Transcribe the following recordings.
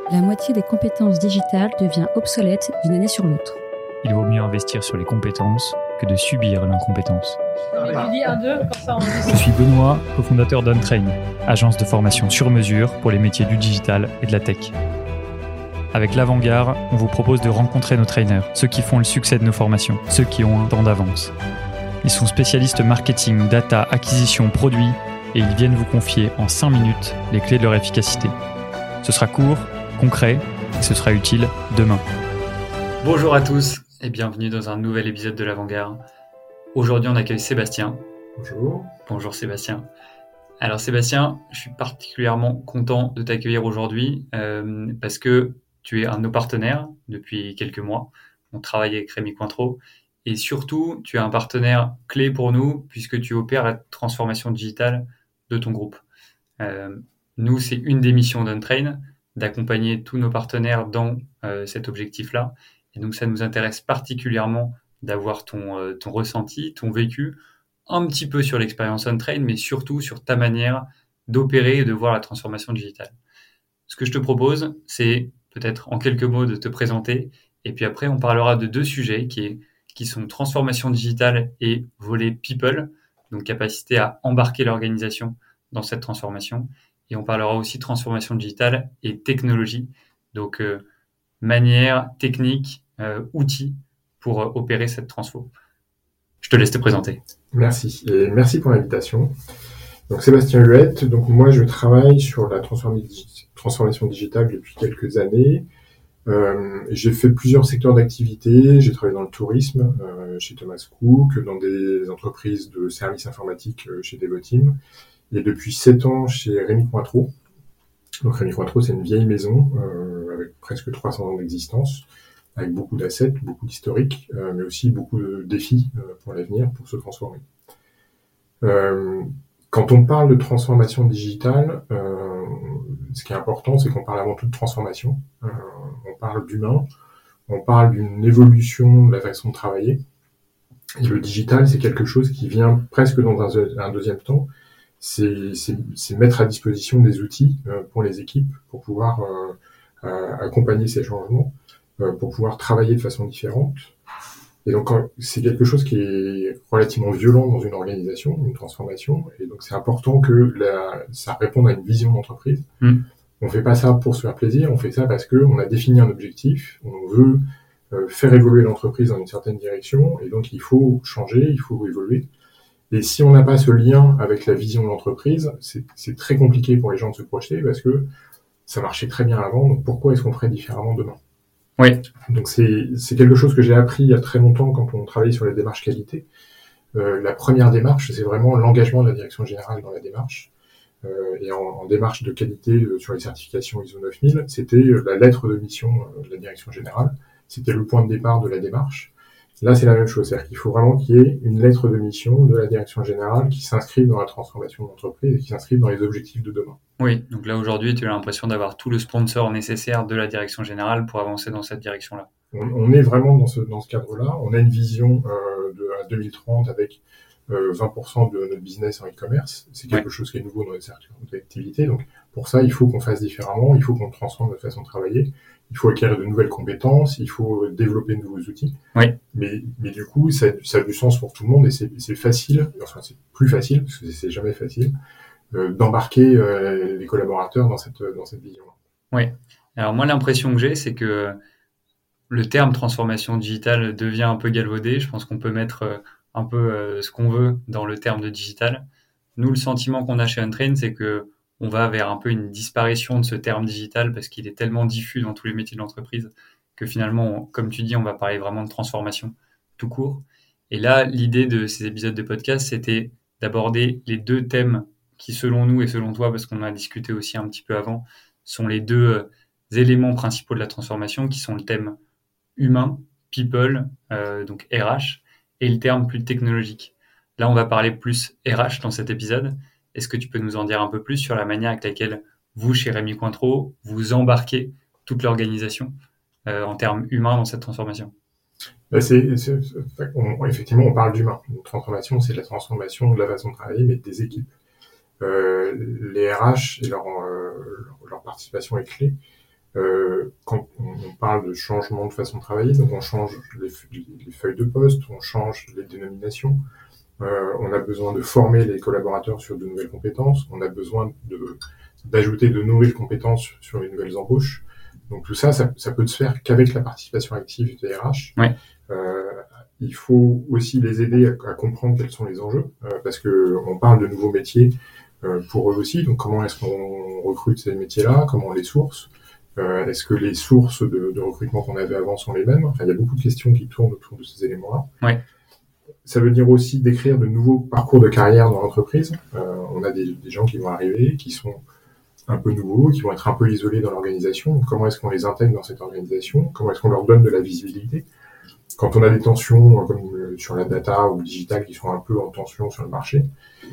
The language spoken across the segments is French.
La moitié des compétences digitales devient obsolète d'une année sur l'autre. Il vaut mieux investir sur les compétences que de subir l'incompétence. Je suis Benoît, cofondateur d'Untrain, agence de formation sur mesure pour les métiers du digital et de la tech. Avec l'Avant-Garde, on vous propose de rencontrer nos trainers, ceux qui font le succès de nos formations, ceux qui ont un temps d'avance. Ils sont spécialistes marketing, data, acquisition, produits, et ils viennent vous confier en 5 minutes les clés de leur efficacité. Ce sera court, concret, et ce sera utile demain. Bonjour à tous et bienvenue dans un nouvel épisode de l'Avant-Garde. Aujourd'hui, on accueille Sébastien. Bonjour. Bonjour Sébastien. Alors Sébastien, je suis particulièrement content de t'accueillir aujourd'hui parce que tu es un de nos partenaires depuis quelques mois. On travaille avec Rémi Cointreau et surtout, tu es un partenaire clé pour nous puisque tu opères la transformation digitale de ton groupe. Nous, c'est une des missions d'Untrain, d'accompagner tous nos partenaires dans cet objectif-là. Et donc, ça nous intéresse particulièrement d'avoir ton ressenti, ton vécu, un petit peu sur l'expérience Untrain, mais surtout sur ta manière d'opérer et de voir la transformation digitale. Ce que je te propose, c'est peut-être en quelques mots de te présenter, et puis après, on parlera de 2 sujets qui sont transformation digitale et volet people, donc capacité à embarquer l'organisation dans cette transformation. Et on parlera aussi transformation digitale et technologie, donc manière, technique, outils pour opérer cette transfo. Je te laisse te présenter. Merci, et merci pour l'invitation. Donc Sébastien Huette, donc moi je travaille sur la transformation digitale depuis quelques années. J'ai fait plusieurs secteurs d'activité, j'ai travaillé dans le tourisme chez Thomas Cook, dans des entreprises de services informatiques chez Devoteam, et depuis 7 ans chez Rémi Cointreau. Donc Rémi Cointreau, c'est une vieille maison avec presque 300 ans d'existence, avec beaucoup d'assets, beaucoup d'historiques, mais aussi beaucoup de défis pour l'avenir, pour se transformer. Quand on parle de transformation digitale, ce qui est important, c'est qu'on parle avant tout de transformation. On parle d'humain, on parle d'une évolution de la façon de travailler. Et le digital, c'est quelque chose qui vient presque dans un deuxième temps. C'est mettre à disposition des outils pour les équipes, pour pouvoir accompagner ces changements, pour pouvoir travailler de façon différente. Et donc, c'est quelque chose qui est relativement violent dans une organisation, une transformation. Et donc, c'est important que ça réponde à une vision d'entreprise. On fait pas ça pour se faire plaisir, on fait ça parce que on a défini un objectif, on veut faire évoluer l'entreprise dans une certaine direction, et donc il faut changer, il faut évoluer. Et si on n'a pas ce lien avec la vision de l'entreprise, c'est très compliqué pour les gens de se projeter parce que ça marchait très bien avant, donc pourquoi est-ce qu'on ferait différemment demain ? Oui. Donc c'est quelque chose que j'ai appris il y a très longtemps quand on travaillait sur les démarches qualité. La première démarche, c'est vraiment l'engagement de la direction générale dans la démarche. Et en démarche de qualité sur les certifications ISO 9000, c'était la lettre de mission de la direction générale. C'était le point de départ de la démarche. Là, c'est la même chose. C'est-à-dire qu'il faut vraiment qu'il y ait une lettre de mission de la direction générale qui s'inscrive dans la transformation de l'entreprise et qui s'inscrive dans les objectifs de demain. Oui, donc là, aujourd'hui, tu as l'impression d'avoir tout le sponsor nécessaire de la direction générale pour avancer dans cette direction-là. On est vraiment dans ce cadre-là. On a une vision à 2030 avec 20% de notre business en e-commerce. C'est quelque chose qui est nouveau dans notre secteur d'activité. Donc, pour ça, il faut qu'on fasse différemment. Il faut qu'on transforme notre façon de travailler. Il faut acquérir de nouvelles compétences. Il faut développer de nouveaux outils. Oui. Mais du coup, ça a du sens pour tout le monde et c'est facile. Enfin, c'est plus facile parce que c'est jamais facile d'embarquer les collaborateurs dans cette vision. Oui. Alors moi, l'impression que j'ai, c'est que le terme transformation digitale devient un peu galvaudé. Je pense qu'on peut mettre un peu ce qu'on veut dans le terme de digital. Nous, le sentiment qu'on a chez Untrain, c'est que on va vers un peu une disparition de ce terme digital parce qu'il est tellement diffus dans tous les métiers de l'entreprise que finalement, comme tu dis, on va parler vraiment de transformation tout court. Et là, l'idée de ces épisodes de podcast, c'était d'aborder les 2 thèmes qui, selon nous et selon toi, parce qu'on a discuté aussi un petit peu avant, sont les 2 éléments principaux de la transformation, qui sont le thème humain, people, donc RH, et le terme plus technologique. Là, on va parler plus RH dans cet épisode. Est-ce que tu peux nous en dire un peu plus sur la manière avec laquelle vous, chez Rémi Cointreau, vous embarquez toute l'organisation en termes humains dans cette transformation ? Effectivement, on parle d'humain. Une transformation, c'est la transformation de la façon de travailler, mais des équipes. Les RH et leur participation est clé. Quand on parle de changement de façon de travailler, donc on change les feuilles de poste, on change les dénominations, on a besoin de former les collaborateurs sur de nouvelles compétences, on a besoin d'ajouter de nouvelles compétences sur les nouvelles embauches. Donc tout ça peut se faire qu'avec la participation active des RH. Ouais. Il faut aussi les aider à comprendre quels sont les enjeux, parce que on parle de nouveaux métiers pour eux aussi. Donc comment est-ce qu'on recrute ces métiers-là, comment on les source, est-ce que les sources de recrutement qu'on avait avant sont les mêmes? Enfin, il y a beaucoup de questions qui tournent autour de ces éléments-là. Ouais. Ça veut dire aussi d'écrire de nouveaux parcours de carrière dans l'entreprise. On a des gens qui vont arriver, qui sont un peu nouveaux, qui vont être un peu isolés dans l'organisation. Comment est-ce qu'on les intègre dans cette organisation? Comment est-ce qu'on leur donne de la visibilité? Quand on a des tensions comme sur la data ou le digital qui sont un peu en tension sur le marché,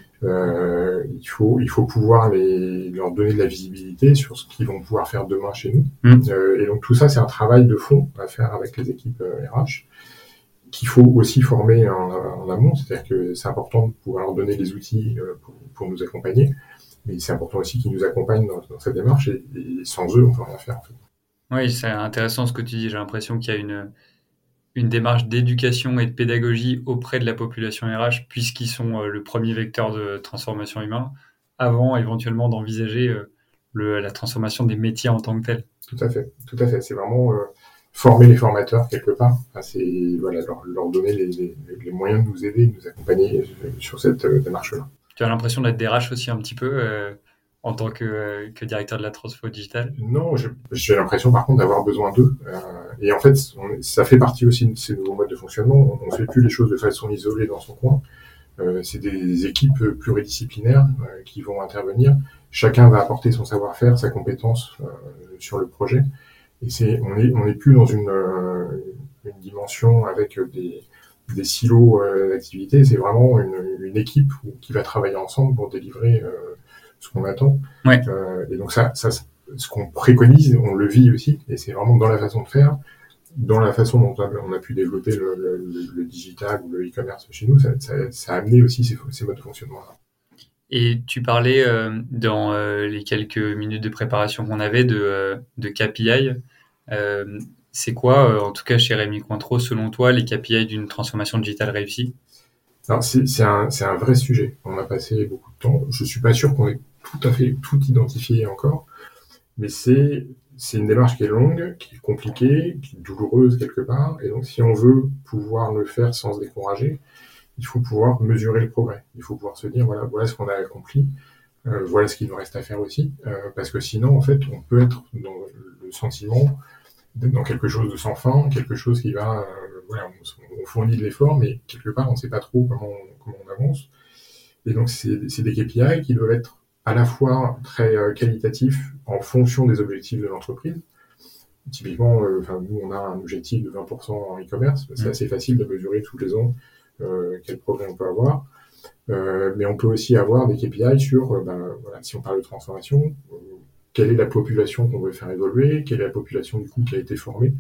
il faut pouvoir leur donner de la visibilité sur ce qu'ils vont pouvoir faire demain chez nous. Et donc tout ça, c'est un travail de fond à faire avec les équipes RH qu'il faut aussi former en amont. C'est-à-dire que c'est important de pouvoir leur donner les outils pour nous accompagner, mais c'est important aussi qu'ils nous accompagnent dans cette démarche et sans eux, on peut rien faire en fait. Oui, c'est intéressant ce que tu dis. J'ai l'impression qu'il y a une démarche d'éducation et de pédagogie auprès de la population RH, puisqu'ils sont le premier vecteur de transformation humain, avant éventuellement d'envisager la transformation des métiers en tant que tels. Tout à fait. C'est vraiment former les formateurs quelque part. Enfin, c'est leur donner les moyens de nous aider, de nous accompagner sur cette démarche-là. Tu as l'impression d'être DRH aussi un petit peu en tant que directeur de la transfo digitale? Non, j'ai l'impression par contre d'avoir besoin d'eux. Et en fait, ça fait partie aussi de ces nouveaux modes de fonctionnement. On ne fait plus les choses de façon isolée dans son coin. C'est des équipes pluridisciplinaires qui vont intervenir. Chacun va apporter son savoir-faire, sa compétence sur le projet. Et on n'est plus dans une dimension avec des silos d'activité. C'est vraiment une équipe qui va travailler ensemble pour délivrer ce qu'on attend. Ouais. Et donc ça, ce qu'on préconise, on le vit aussi, et c'est vraiment dans la façon de faire, dans la façon dont on a pu développer le digital ou le e-commerce chez nous, ça a amené aussi ces modes de fonctionnement-là. Et tu parlais dans les quelques minutes de préparation qu'on avait de KPI. C'est quoi, en tout cas chez Rémi Cointreau, selon toi, les KPI d'une transformation digitale réussie? Alors c'est un vrai sujet. On a passé beaucoup de temps. Je suis pas sûr qu'on ait tout à fait tout identifié encore, mais c'est une démarche qui est longue, qui est compliquée, qui est douloureuse quelque part. Et donc si on veut pouvoir le faire sans se décourager, il faut pouvoir mesurer le progrès. Il faut pouvoir se dire voilà ce qu'on a accompli, voilà ce qu'il nous reste à faire aussi, parce que sinon en fait on peut être dans le sentiment d'être dans quelque chose de sans fin, quelque chose qui va on fournit de l'effort, mais quelque part on ne sait pas trop comment on avance. Et donc c'est des KPI qui doivent être à la fois très qualitatifs en fonction des objectifs de l'entreprise. Typiquement, nous on a un objectif de 20% en e-commerce, c'est assez facile de mesurer tous les ans quel progrès on peut avoir. Mais on peut aussi avoir des KPI sur, si on parle de transformation, quelle est la population qu'on veut faire évoluer, quelle est la population du coup qui a été formée,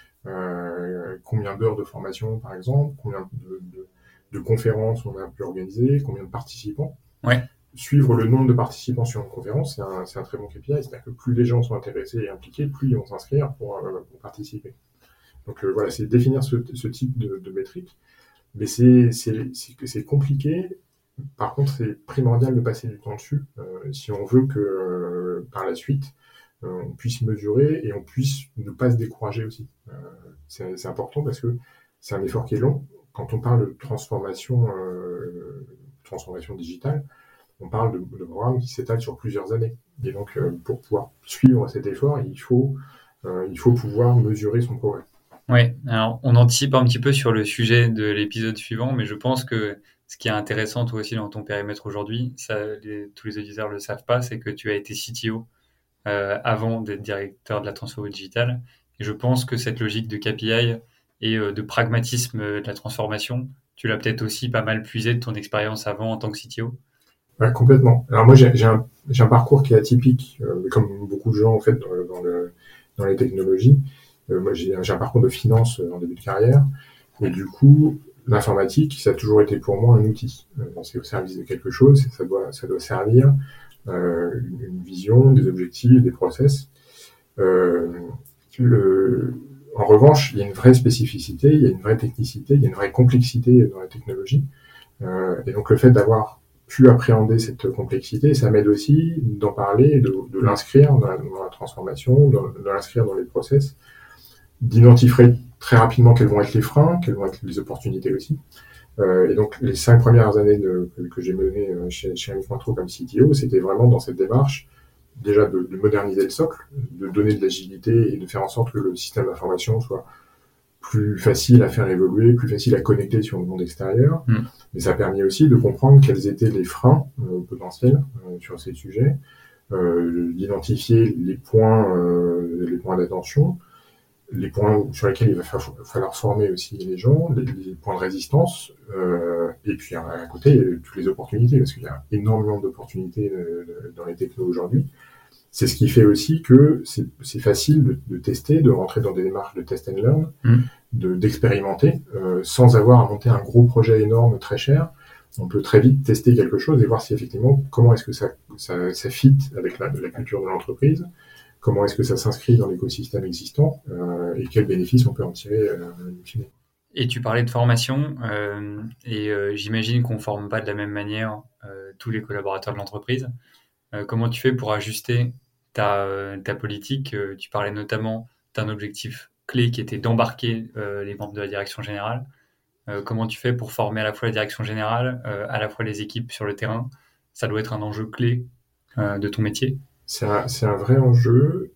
combien d'heures de formation par exemple, combien de conférences on a pu organiser, combien de participants. Ouais. Suivre le nombre de participants sur une conférence, c'est un très bon KPI, c'est-à-dire que plus les gens sont intéressés et impliqués, plus ils vont s'inscrire pour participer. Donc c'est définir ce type de métrique, mais c'est compliqué. Par contre, c'est primordial de passer du temps dessus si on veut que par la suite on puisse mesurer et on puisse ne pas se décourager aussi. C'est important parce que c'est un effort qui est long. Quand on parle de transformation digitale, on parle de programmes qui s'étalent sur plusieurs années. Et donc, pour pouvoir suivre cet effort, il faut pouvoir mesurer son progrès. Oui, alors on anticipe un petit peu sur le sujet de l'épisode suivant, mais je pense que ce qui est intéressant, toi aussi, dans ton périmètre aujourd'hui, tous les auditeurs ne le savent pas, c'est que tu as été CTO avant d'être directeur de la transformation digitale. Et je pense que cette logique de KPI et de pragmatisme de la transformation, tu l'as peut-être aussi pas mal puisé de ton expérience avant en tant que CTO. Ouais, complètement. Alors moi, j'ai un parcours qui est atypique, comme beaucoup de gens en fait dans les technologies. Moi, j'ai un parcours de finance en début de carrière, et du coup, l'informatique, ça a toujours été pour moi un outil. C'est au service de quelque chose, ça doit servir une vision, des objectifs, des process. En revanche, il y a une vraie spécificité, il y a une vraie technicité, il y a une vraie complexité dans la technologie. Et donc le fait d'avoir pu appréhender cette complexité, ça m'aide aussi d'en parler, de l'inscrire dans la transformation, de l'inscrire dans les process, d'identifier très rapidement quels vont être les freins, quelles vont être les opportunités aussi. Et donc les 5 premières années que j'ai menées chez Rémi Cointreau comme CTO, c'était vraiment dans cette démarche déjà de moderniser le socle, de donner de l'agilité et de faire en sorte que le système d'information soit plus facile à faire évoluer, plus facile à connecter sur le monde extérieur. Mais ça a permis aussi de comprendre quels étaient les freins potentiels sur ces sujets, d'identifier les points d'attention, les points sur lesquels il va falloir former aussi les gens, les points de résistance, et puis à côté, il y a toutes les opportunités, parce qu'il y a énormément d'opportunités dans les technos aujourd'hui. C'est ce qui fait aussi que c'est facile de tester, de rentrer dans des démarches de test and learn, d'expérimenter, sans avoir à monter un gros projet énorme, très cher. On peut très vite tester quelque chose et voir si effectivement, comment est-ce que ça fit avec la culture de l'entreprise, comment est-ce que ça s'inscrit dans l'écosystème existant, et quels bénéfices on peut en tirer in fine. Et tu parlais de formation, j'imagine qu'on ne forme pas de la même manière tous les collaborateurs de l'entreprise. Comment tu fais pour ajuster ta politique? Tu parlais notamment d'un objectif clé qui était d'embarquer les membres de la direction générale. Comment tu fais pour former à la fois la direction générale, à la fois les équipes sur le terrain? Ça doit être un enjeu clé de ton métier. C'est un vrai enjeu.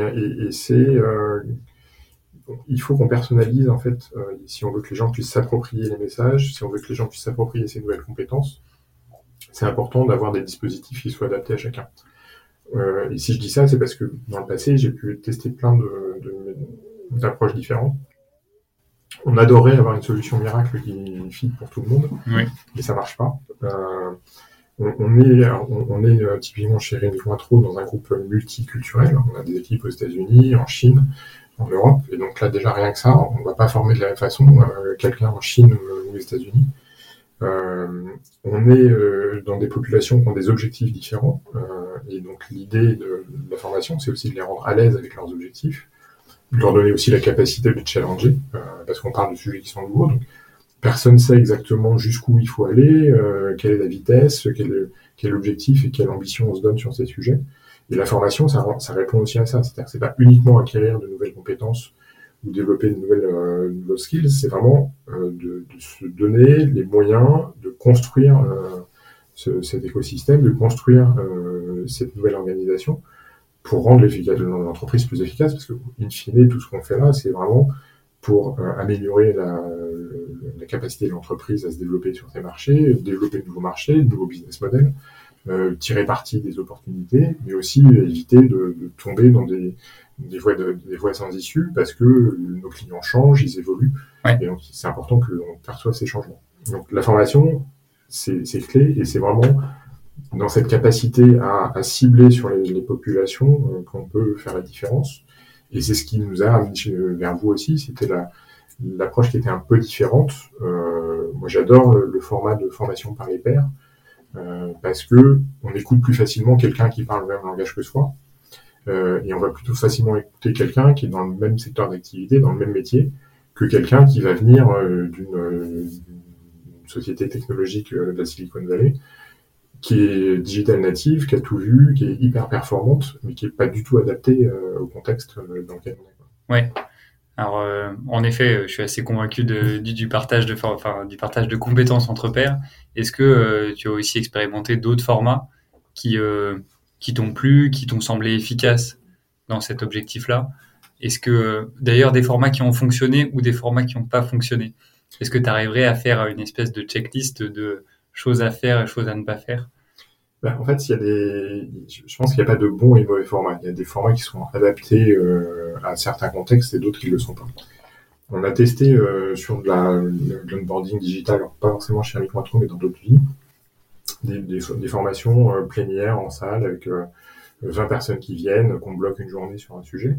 Il faut qu'on personnalise, en fait, si on veut que les gens puissent s'approprier les messages, si on veut que les gens puissent s'approprier ces nouvelles compétences, c'est important d'avoir des dispositifs qui soient adaptés à chacun. Et si je dis ça, c'est parce que dans le passé, j'ai pu tester plein d'approches différentes. On adorait avoir une solution miracle qui fit pour tout le monde, oui. Mais ça marche pas. On est typiquement chez Rémi Cointreau dans un groupe multiculturel. On a des équipes aux États-Unis, en Chine, en Europe, et donc là déjà rien que ça, on va pas former de la même façon quelqu'un en Chine ou aux États-Unis. On est dans des populations qui ont des objectifs différents, et donc l'idée de la formation, c'est aussi de les rendre à l'aise avec leurs objectifs, de leur donner aussi la capacité de les challenger, parce qu'on parle de sujets qui sont nouveaux, donc personne ne sait exactement jusqu'où il faut aller, quelle est la vitesse, quel est l'objectif et quelle ambition on se donne sur ces sujets. Et la formation, ça répond aussi à ça, c'est-à-dire que c'est pas uniquement acquérir de nouvelles compétences ou développer de nouvelles skills, c'est vraiment de se donner les moyens de construire cet écosystème, de construire cette nouvelle organisation pour rendre l'entreprise plus efficace, parce que, in fine, tout ce qu'on fait là, c'est vraiment pour améliorer la capacité de l'entreprise à se développer sur ces marchés, développer de nouveaux marchés, de nouveaux business models, tirer parti des opportunités, mais aussi éviter de tomber dans des voies sans issue, parce que nos clients changent, ils évoluent, ouais. Et donc c'est important qu'on perçoive ces changements. Donc la formation, c'est clé, et c'est vraiment dans cette capacité à cibler sur les populations qu'on peut faire la différence. Et c'est ce qui nous a amené vers vous aussi, c'était l'approche qui était un peu différente. Moi j'adore le format de formation par les pairs, parce que on écoute plus facilement quelqu'un qui parle le même langage que soi, et on va plutôt facilement écouter quelqu'un qui est dans le même secteur d'activité, dans le même métier, que quelqu'un qui va venir d'une société technologique de la Silicon Valley, qui est digital native, qui a tout vu, qui est hyper performante, mais qui est pas du tout adaptée au contexte dans lequel on est. Ouais. Alors, en effet, je suis assez convaincu du partage de compétences entre pairs. Est-ce que tu as aussi expérimenté d'autres formats qui t'ont plu, qui t'ont semblé efficaces dans cet objectif-là? Est-ce que, d'ailleurs, des formats qui ont fonctionné ou des formats qui n'ont pas fonctionné? Est-ce que tu arriverais à faire une espèce de checklist de choses à faire et choses à ne pas faire? En fait, je pense qu'il n'y a pas de bons et mauvais formats. Il y a des formats qui sont adaptés à certains contextes et d'autres qui ne le sont pas. On a testé sur de l'onboarding digital, alors pas forcément chez Rémi Cointreau, mais dans d'autres villes, des formations plénières en salle avec 20 personnes qui viennent, qu'on bloque une journée sur un sujet.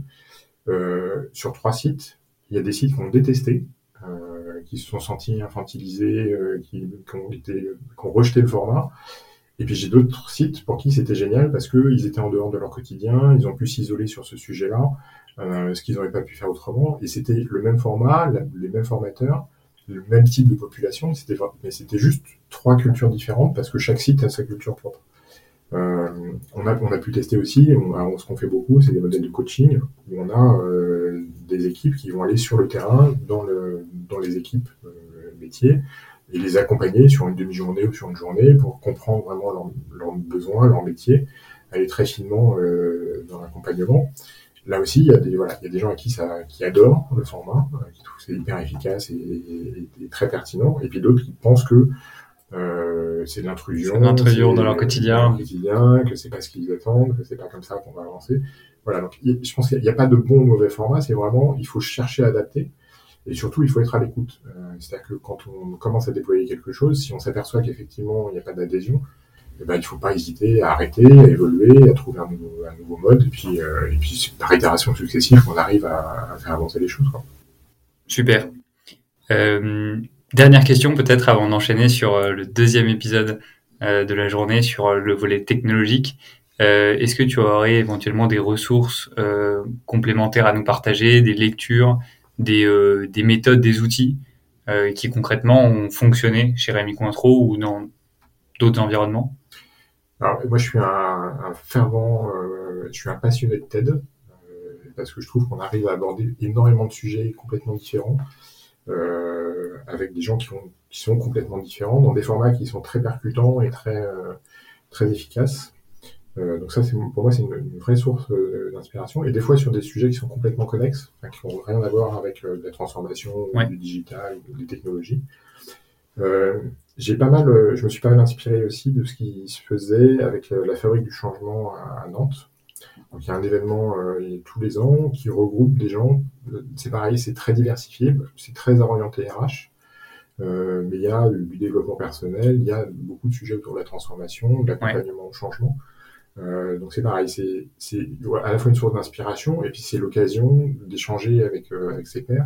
Sur 3 sites, il y a des sites qu'on détesté, qui se sont sentis infantilisés, qui ont rejeté le format. Et puis j'ai d'autres sites pour qui c'était génial parce qu'ils étaient en dehors de leur quotidien, ils ont pu s'isoler sur ce sujet-là, ce qu'ils n'auraient pas pu faire autrement. Et c'était le même format, les mêmes formateurs, le même type de population, mais c'était juste 3 cultures différentes parce que chaque site a sa culture propre. On a pu tester aussi, ce qu'on fait beaucoup, c'est des modèles de coaching où on a des équipes qui vont aller sur le terrain dans les équipes métiers et les accompagner sur une demi-journée ou sur une journée pour comprendre vraiment leurs besoins, leur métier, aller très finement dans l'accompagnement. Là aussi, il y a des gens qui adorent le format, qui trouvent que c'est hyper efficace et très pertinent, et puis d'autres qui pensent que c'est de l'intrusion dans leur quotidien, que c'est pas ce qu'ils attendent, que c'est pas comme ça qu'on va avancer. Voilà, donc je pense qu'il n'y a pas de bon ou mauvais format, c'est vraiment, il faut chercher à adapter, et surtout il faut être à l'écoute. C'est-à-dire que quand on commence à déployer quelque chose, si on s'aperçoit qu'effectivement il n'y a pas d'adhésion, il ne faut pas hésiter à arrêter, à évoluer, à trouver un nouveau mode, et puis par itération successive qu'on arrive à faire avancer les choses, quoi. Super. Dernière question peut-être avant d'enchaîner sur le deuxième épisode de la journée sur le volet technologique. Est-ce que tu aurais éventuellement des ressources complémentaires à nous partager, des lectures, des méthodes, des outils qui concrètement ont fonctionné chez Rémi Cointreau ou dans d'autres environnements? Alors moi je suis je suis un passionné de TED parce que je trouve qu'on arrive à aborder énormément de sujets complètement différents. Avec des gens qui sont complètement différents, dans des formats qui sont très percutants et très efficaces. Donc ça, pour moi, c'est une vraie source d'inspiration. Et des fois, sur des sujets qui sont complètement connexes, qui n'ont rien à voir avec la transformation, du digital, ou des technologies. Je me suis pas mal inspiré aussi de ce qui se faisait avec la Fabrique du Changement à Nantes. Donc il y a un événement tous les ans qui regroupe des gens. C'est pareil, c'est très diversifié, c'est très orienté RH, mais il y a du développement personnel, il y a beaucoup de sujets autour de la transformation, de l'accompagnement au changement. Donc c'est pareil, c'est à la fois une source d'inspiration et puis c'est l'occasion d'échanger avec ses pairs.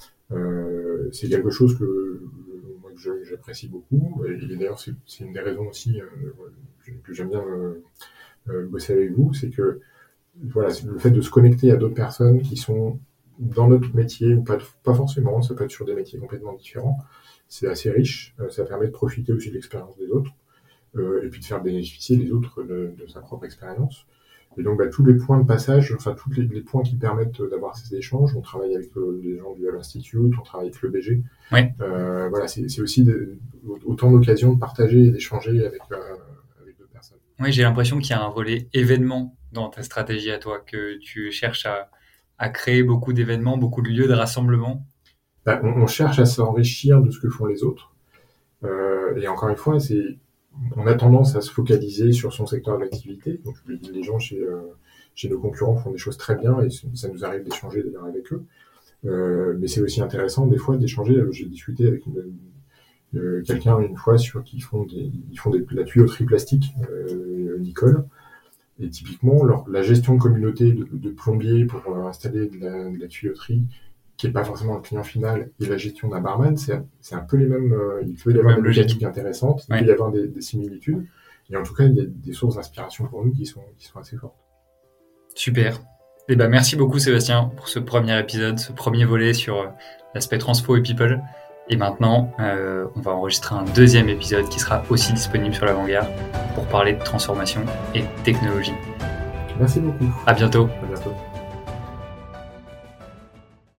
C'est quelque chose que j'apprécie beaucoup et d'ailleurs c'est une des raisons aussi que j'aime bien bosser avec vous, c'est que le fait de se connecter à d'autres personnes qui sont dans notre métier ou pas forcément, ça peut être sur des métiers complètement différents, c'est assez riche, ça permet de profiter aussi de l'expérience des autres et puis de faire bénéficier les autres de sa propre expérience. Et donc tous les points de passage, tous les points qui permettent d'avoir ces échanges, on travaille avec les gens du Hub Institute, on travaille avec le BG. Ouais. C'est aussi autant d'occasions de partager et d'échanger avec d'autres personnes. Oui, j'ai l'impression qu'il y a un volet événement dans ta stratégie à toi, que tu cherches à créer beaucoup d'événements, beaucoup de lieux de rassemblement. On cherche à s'enrichir de ce que font les autres. Et encore une fois, on a tendance à se focaliser sur son secteur d'activité. Donc, les gens chez nos concurrents font des choses très bien et ça nous arrive d'échanger d'ailleurs avec eux. Mais c'est aussi intéressant des fois d'échanger. J'ai discuté avec quelqu'un une fois ils font de la tuyauterie plastique, Nicole. Et typiquement, la gestion de communauté de plombiers pour installer de la tuyauterie, qui n'est pas forcément le client final, et la gestion d'un barman, c'est un peu les mêmes. Il peut y avoir des mécaniques intéressantes, il peut y avoir des similitudes. Et en tout cas, il y a des sources d'inspiration pour nous qui sont assez fortes. Super. Et merci beaucoup Sébastien pour ce premier épisode, ce premier volet sur l'aspect transpo et people. Et maintenant, on va enregistrer un deuxième épisode qui sera aussi disponible sur l'Avant-Garde pour parler de transformation et de technologie. Merci beaucoup. À bientôt. À bientôt.